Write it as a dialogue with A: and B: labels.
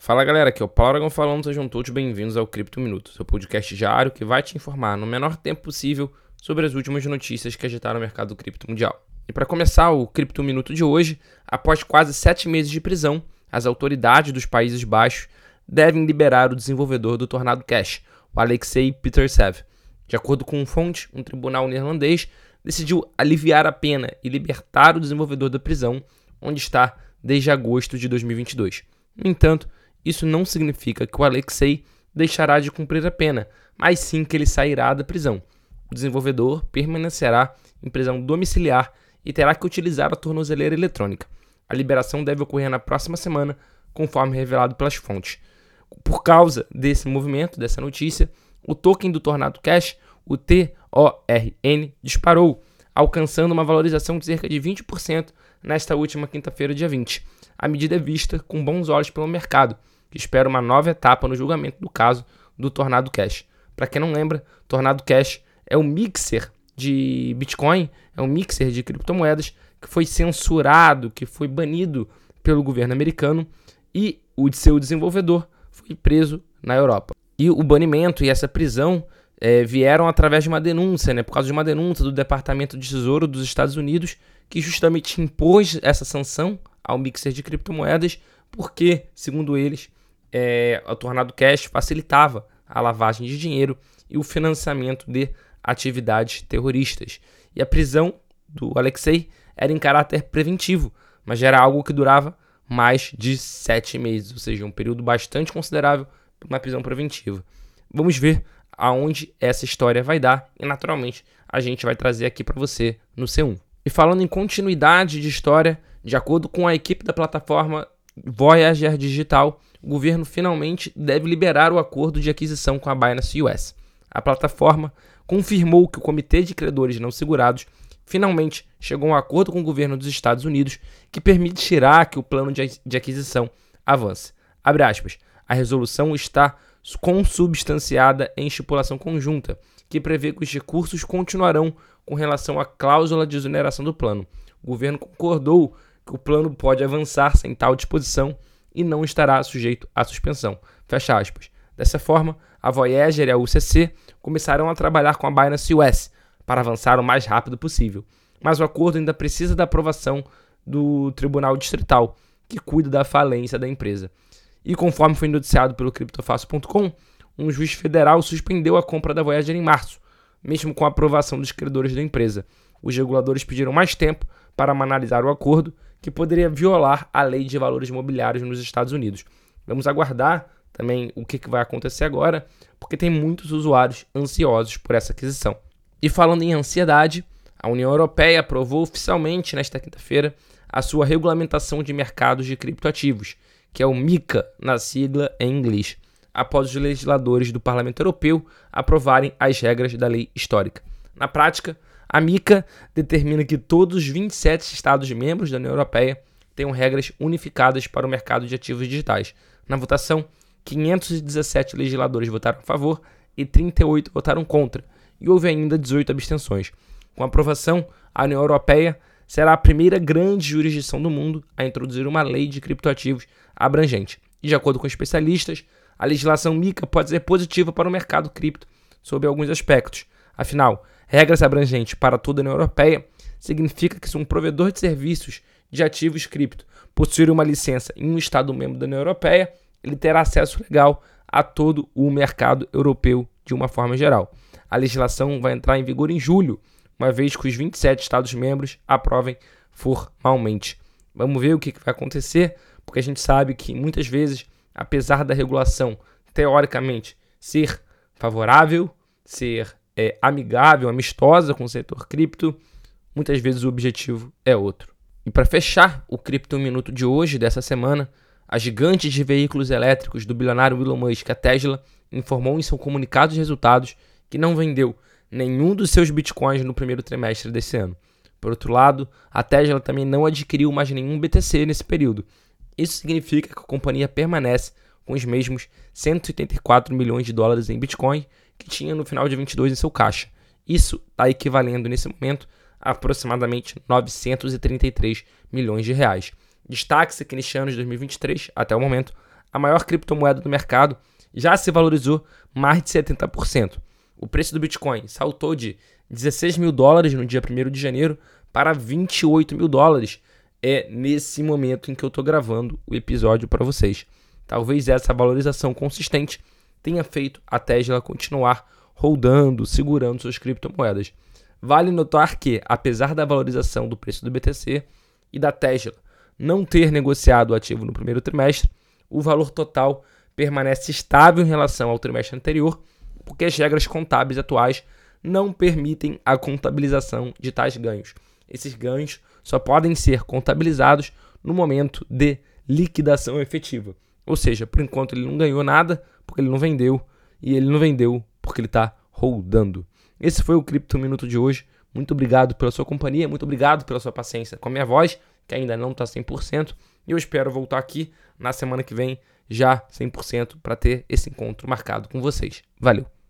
A: Fala galera, aqui é o Paulo Aragão falando, sejam todos bem-vindos ao Cripto Minuto, seu podcast diário que vai te informar no menor tempo possível sobre as últimas notícias que agitaram o mercado cripto mundial. E para começar o Cripto Minuto de hoje, após quase 7 meses de prisão, as autoridades dos Países Baixos devem liberar o desenvolvedor do Tornado Cash, o Alexei Petersev. De acordo com fonte, um tribunal neerlandês decidiu aliviar a pena e libertar o desenvolvedor da prisão, onde está desde agosto de 2022. No entanto, isso não significa que o Alexei deixará de cumprir a pena, mas sim que ele sairá da prisão. O desenvolvedor permanecerá em prisão domiciliar e terá que utilizar a tornozeleira eletrônica. A liberação deve ocorrer na próxima semana, conforme revelado pelas fontes. Por causa desse movimento, dessa notícia, o token do Tornado Cash, o TORN, disparou, alcançando uma valorização de cerca de 20% nesta última quinta-feira, dia 20. A medida é vista com bons olhos pelo mercado, que espera uma nova etapa no julgamento do caso do Tornado Cash. Para quem não lembra, Tornado Cash é um mixer de Bitcoin, é um mixer de criptomoedas que foi censurado, que foi banido pelo governo americano e o seu desenvolvedor foi preso na Europa. E o banimento e essa prisão vieram através de uma denúncia, por causa de uma denúncia do Departamento de Tesouro dos Estados Unidos, que justamente impôs essa sanção ao mixer de criptomoedas, porque, segundo eles, o Tornado Cash facilitava a lavagem de dinheiro e o financiamento de atividades terroristas. E a prisão do Alexei era em caráter preventivo, mas já era algo que durava mais de 7 meses, ou seja, um período bastante considerável para uma prisão preventiva. Vamos ver aonde essa história vai dar e, naturalmente, a gente vai trazer aqui para você no C1. E falando em continuidade de história, de acordo com a equipe da plataforma Voyager Digital, o governo finalmente deve liberar o acordo de aquisição com a Binance US. A plataforma confirmou que o Comitê de Credores Não Segurados finalmente chegou a um acordo com o governo dos Estados Unidos que permitirá que o plano de aquisição avance. Abre aspas, a resolução está consubstanciada em estipulação conjunta, que prevê que os recursos continuarão com relação à cláusula de exoneração do plano. O governo concordou que o plano pode avançar sem tal disposição e não estará sujeito à suspensão. Fecha aspas. Dessa forma, a Voyager e a UCC começarão a trabalhar com a Binance US para avançar o mais rápido possível. Mas o acordo ainda precisa da aprovação do Tribunal Distrital, que cuida da falência da empresa. E conforme foi noticiado pelo CryptoFácil.com, um juiz federal suspendeu a compra da Voyager em março, mesmo com a aprovação dos credores da empresa. Os reguladores pediram mais tempo para analisar o acordo, que poderia violar a lei de valores imobiliários nos Estados Unidos. Vamos aguardar também o que vai acontecer agora, porque tem muitos usuários ansiosos por essa aquisição. E falando em ansiedade, a União Europeia aprovou oficialmente nesta quinta-feira a sua regulamentação de mercados de criptoativos, que é o MiCA, na sigla em inglês, após os legisladores do Parlamento Europeu aprovarem as regras da lei histórica. Na prática, a MiCA determina que todos os 27 Estados-membros da União Europeia tenham regras unificadas para o mercado de ativos digitais. Na votação, 517 legisladores votaram a favor e 38 votaram contra, e houve ainda 18 abstenções. Com a aprovação, a União Europeia será a primeira grande jurisdição do mundo a introduzir uma lei de criptoativos abrangente. E, de acordo com especialistas, a legislação MiCA pode ser positiva para o mercado cripto sob alguns aspectos. Afinal, regras abrangentes para toda a União Europeia significa que se um provedor de serviços de ativos cripto possuir uma licença em um Estado-membro da União Europeia, ele terá acesso legal a todo o mercado europeu de uma forma geral. A legislação vai entrar em vigor em julho, uma vez que os 27 Estados-membros aprovem formalmente. Vamos ver o que vai acontecer, porque a gente sabe que muitas vezes, apesar da regulação teoricamente ser favorável, ser amigável, amistosa com o setor cripto, muitas vezes o objetivo é outro. E para fechar o Cripto Minuto de hoje, dessa semana, a gigante de veículos elétricos do bilionário Elon Musk, a Tesla, informou em seu comunicado de resultados que não vendeu nenhum dos seus bitcoins no primeiro trimestre desse ano. Por outro lado, a Tesla também não adquiriu mais nenhum BTC nesse período. Isso significa que a companhia permanece com os mesmos 184 milhões de dólares em Bitcoin que tinha no final de 22 em seu caixa. Isso está equivalendo nesse momento a aproximadamente 933 milhões de reais. Destaque-se que neste ano de 2023, até o momento, a maior criptomoeda do mercado, já se valorizou mais de 70%. O preço do Bitcoin saltou de 16 mil dólares no dia 1º de janeiro para 28 mil dólares. É nesse momento em que eu estou gravando o episódio para vocês. Talvez essa valorização consistente tenha feito a Tesla continuar holdando, segurando suas criptomoedas. Vale notar que, apesar da valorização do preço do BTC e da Tesla não ter negociado o ativo no primeiro trimestre, o valor total permanece estável em relação ao trimestre anterior, porque as regras contábeis atuais não permitem a contabilização de tais ganhos. Esses ganhos só podem ser contabilizados no momento de liquidação efetiva. Ou seja, por enquanto ele não ganhou nada porque ele não vendeu, e ele não vendeu porque ele está holdando. Esse foi o Cripto Minuto de hoje. Muito obrigado pela sua companhia, muito obrigado pela sua paciência com a minha voz, que ainda não está 100%, e eu espero voltar aqui na semana que vem já 100% para ter esse encontro marcado com vocês. Valeu!